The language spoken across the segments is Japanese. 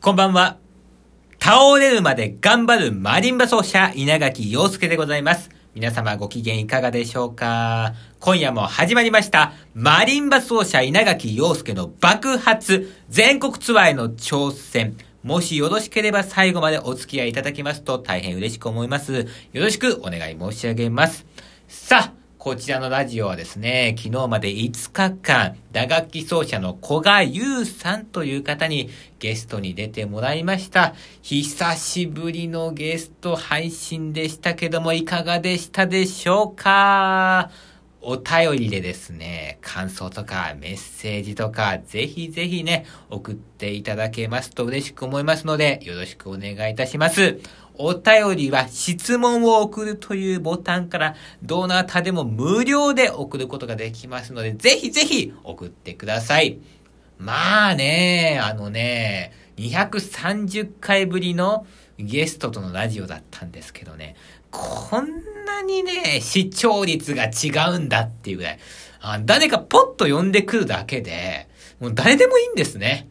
こんばんは。倒れるまで頑張るマリンバ奏者稲垣陽介でございます。皆様ご機嫌いかがでしょうか。今夜も始まりましたマリンバ奏者稲垣陽介の爆発全国ツアーへの挑戦。もしよろしければ最後までお付き合いいただきますと大変嬉しく思います。よろしくお願い申し上げます。さあ、こちらのラジオはですね、昨日まで5日間、打楽器奏者の古賀優さんという方にゲストに出てもらいました。久しぶりのゲスト配信でしたけども、いかがでしたでしょうか？お便りでですね、感想とかメッセージとか、ぜひぜひね、送っていただけますと嬉しく思いますので、よろしくお願いいたします。お便りは質問を送るというボタンからどなたでも無料で送ることができますので、ぜひぜひ送ってください。まあね、230回ぶりのゲストとのラジオだったんですけどね、こんなにね、視聴率が違うんだっていうぐらい、誰かポッと呼んでくるだけで、もう誰でもいいんですね。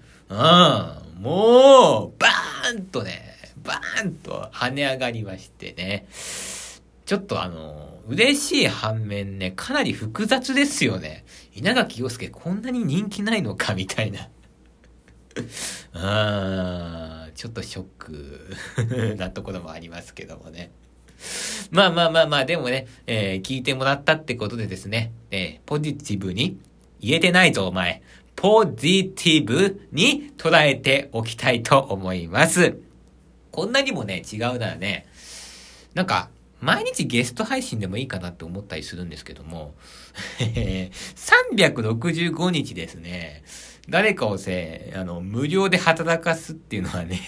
もう、バーンと跳ね上がりましてね。ちょっと嬉しい反面ね、かなり複雑ですよね。稲垣陽介こんなに人気ないのかみたいな。ちょっとショックなところもありますけどもね。まあ、でもね、聞いてもらったってことでですね、ポジティブに、言えてないぞお前。ポジティブに捉えておきたいと思います。こんなにもね、違うならね、なんか、毎日ゲスト配信でもいいかなって思ったりするんですけども、365日ですね、誰かを無料で働かすっていうのはね、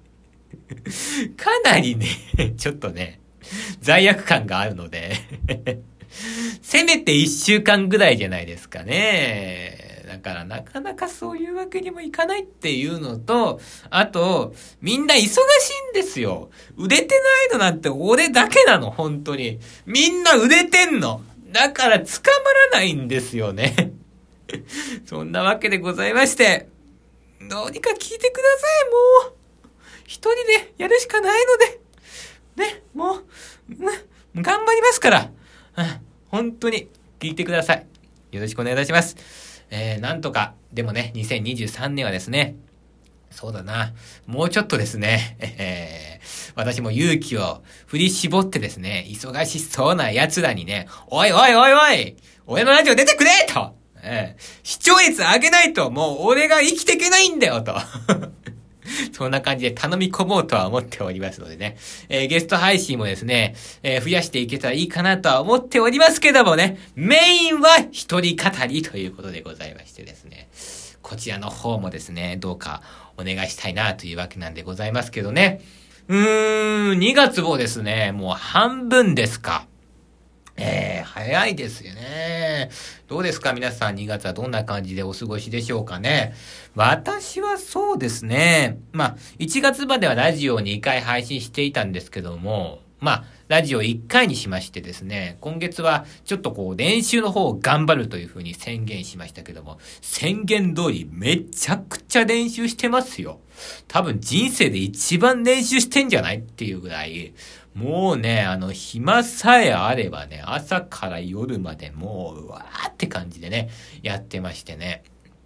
かなりね、ちょっとね、罪悪感があるので、せめて1週間ぐらいじゃないですかね。だからなかなかそういうわけにもいかないっていうのと、あと、みんな忙しいんですよ。売れてないのなんて俺だけなの、本当に。みんな売れてんの。だから捕まらないんですよね。そんなわけでございまして、どうにか聞いてください、もう。一人でやるしかないので。ね、もう、頑張りますから。本当に聞いてください。よろしくお願いいたします。なんとか、でもね、2023年はですね、そうだな、もうちょっとですね、私も勇気を振り絞ってですね、忙しそうな奴らにね、おい、俺のラジオ出てくれと、視聴率上げないと、もう俺が生きていけないんだよと。そんな感じで頼み込もうとは思っておりますのでね。ゲスト配信もですね、増やしていけたらいいかなとは思っておりますけどもね、メインは一人語りということでございましてですね、こちらの方もですね、どうかお願いしたいなというわけなんでございますけどね。2月もですね、もう半分ですか。早いですよね。どうですか皆さん、2月はどんな感じでお過ごしでしょうかね。私はそうですね。1月まではラジオを2回配信していたんですけども、ラジオ1回にしましてですね、今月はちょっと練習の方を頑張るというふうに宣言しましたけども、宣言通りめちゃくちゃ練習してますよ。多分人生で一番練習してんじゃないっていうぐらい、もうね、暇さえあればね、朝から夜までもう、わーって感じでね、やってましてね。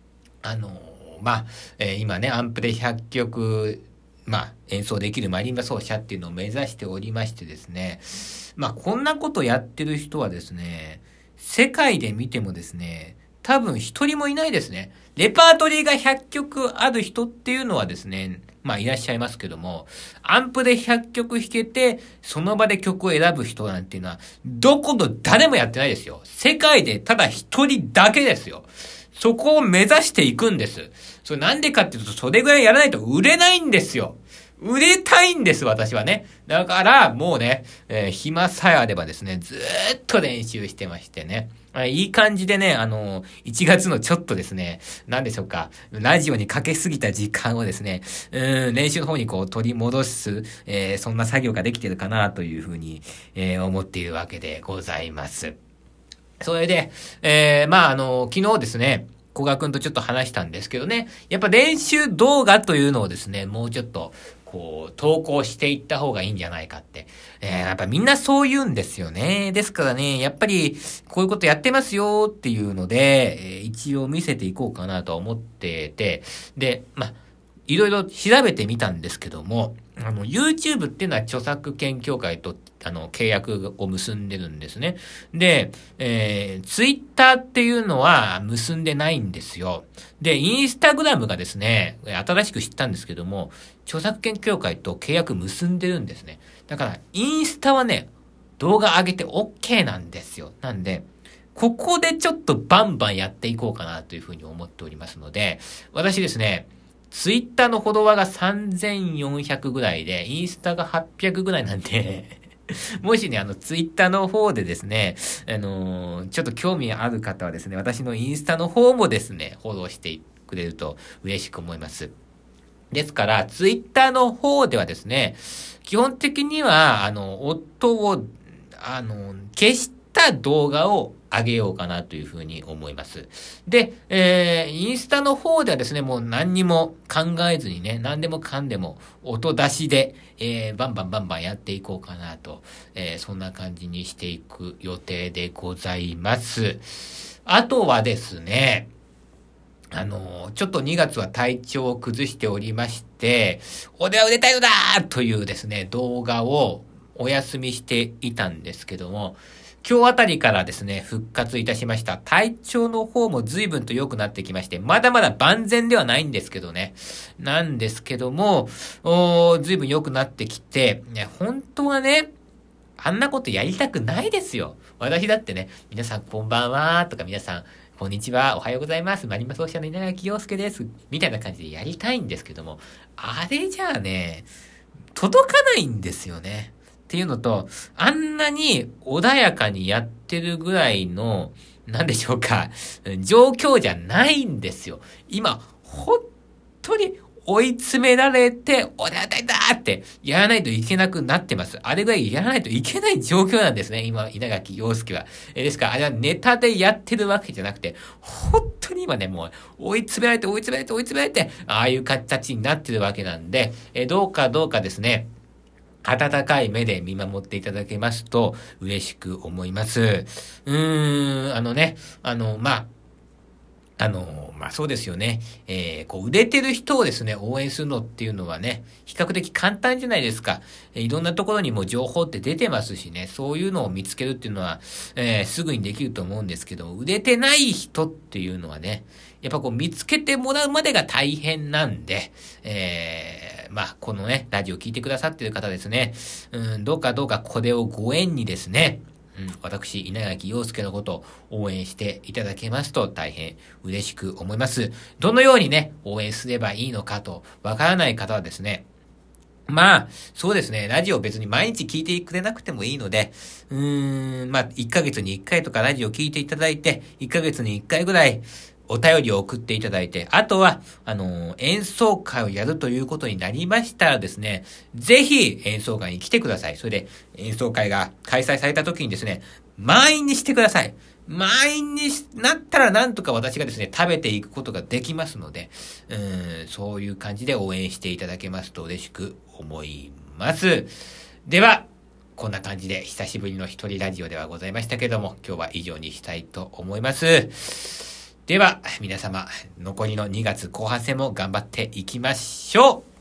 今ね、アンプで100曲、演奏できるマリンバ奏者っていうのを目指しておりましてですね。こんなことやってる人はですね、世界で見てもですね、多分一人もいないですね。レパートリーが100曲ある人っていうのはですね、いらっしゃいますけども、アンプで100曲弾けて、その場で曲を選ぶ人なんていうのは、どこの誰もやってないですよ。世界でただ一人だけですよ。そこを目指していくんです。それなんでかっていうと、それぐらいやらないと売れないんですよ。売れたいんです、私はね。だから、もうね、暇さえあればですね、ずーっと練習してましてね。いい感じでね、1月のちょっとですね、なんでしょうか、ラジオにかけすぎた時間をですね、練習の方に取り戻す、そんな作業ができてるかなというふうに、思っているわけでございます。それで、昨日ですね、 古賀くんとちょっと話したんですけどね、やっぱ練習動画というのをですね、もうちょっと、投稿していった方がいいんじゃないかって。やっぱみんなそう言うんですよね。ですからね、やっぱり、こういうことやってますよっていうので、一応見せていこうかなと思ってて、で、いろいろ調べてみたんですけども、YouTube っていうのは著作権協会と、契約を結んでるんですね。で、Twitter っていうのは結んでないんですよ。で、Instagram がですね、新しく知ったんですけども、著作権協会と契約結んでるんですね。だから、インスタはね、動画上げて OK なんですよ。なんで、ここでちょっとバンバンやっていこうかなというふうに思っておりますので、私ですね、ツイッターのフォロワーが3400ぐらいで、インスタが800ぐらいなんで、もしね、ツイッターの方でですね、ちょっと興味ある方はですね、私のインスタの方もですね、フォローしてくれると嬉しく思います。ですから、ツイッターの方ではですね、基本的には、音を、消した動画を上げようかなというふうに思います。で、インスタの方ではですね、もう何にも考えずにね、何でもかんでも音出しで、バンバンやっていこうかなと、そんな感じにしていく予定でございます。あとはですね、ちょっと2月は体調を崩しておりまして、俺は売れたいのだというですね、動画をお休みしていたんですけども、今日あたりからですね、復活いたしました。体調の方も随分と良くなってきまして、まだまだ万全ではないんですけどね。なんですけども、随分良くなってきて、本当はね、あんなことやりたくないですよ。私だってね、皆さんこんばんはとか皆さん、こんにちは、おはようございます。マリマ奏者の稲垣陽介です。みたいな感じでやりたいんですけども、あれじゃあね、届かないんですよね。っていうのと、あんなに穏やかにやってるぐらいの、なんでしょうか、状況じゃないんですよ。今、本当に追い詰められて、俺は大だーってやらないといけなくなってます。あれぐらいやらないといけない状況なんですね、今、稲垣陽介は。ですから、あれはネタでやってるわけじゃなくて、本当に今ね、もう追い詰められて、ああいう形になってるわけなんで、どうかですね、温かい目で見守っていただけますと嬉しく思います。そうですよね。売れてる人をですね、応援するのっていうのはね、比較的簡単じゃないですか。いろんなところにも情報って出てますしね、そういうのを見つけるっていうのは、すぐにできると思うんですけど、売れてない人っていうのはね、やっぱ見つけてもらうまでが大変なんで、このね、ラジオ聞いてくださってる方ですね、どうかこれをご縁にですね、私、稲垣陽介のことを応援していただけますと大変嬉しく思います。どのようにね、応援すればいいのかとわからない方はですね、そうですね、ラジオ別に毎日聞いてくれなくてもいいので、1ヶ月に1回とかラジオ聞いていただいて、1ヶ月に1回ぐらい、お便りを送っていただいて、あとは、演奏会をやるということになりましたらですね、ぜひ演奏会に来てください。それで、演奏会が開催された時にですね、満員にしてください。満員になったらなんとか私がですね、食べていくことができますので、そういう感じで応援していただけますと嬉しく思います。では、こんな感じで久しぶりの一人ラジオではございましたけども、今日は以上にしたいと思います。では、皆様、残りの2月後半戦も頑張っていきましょう。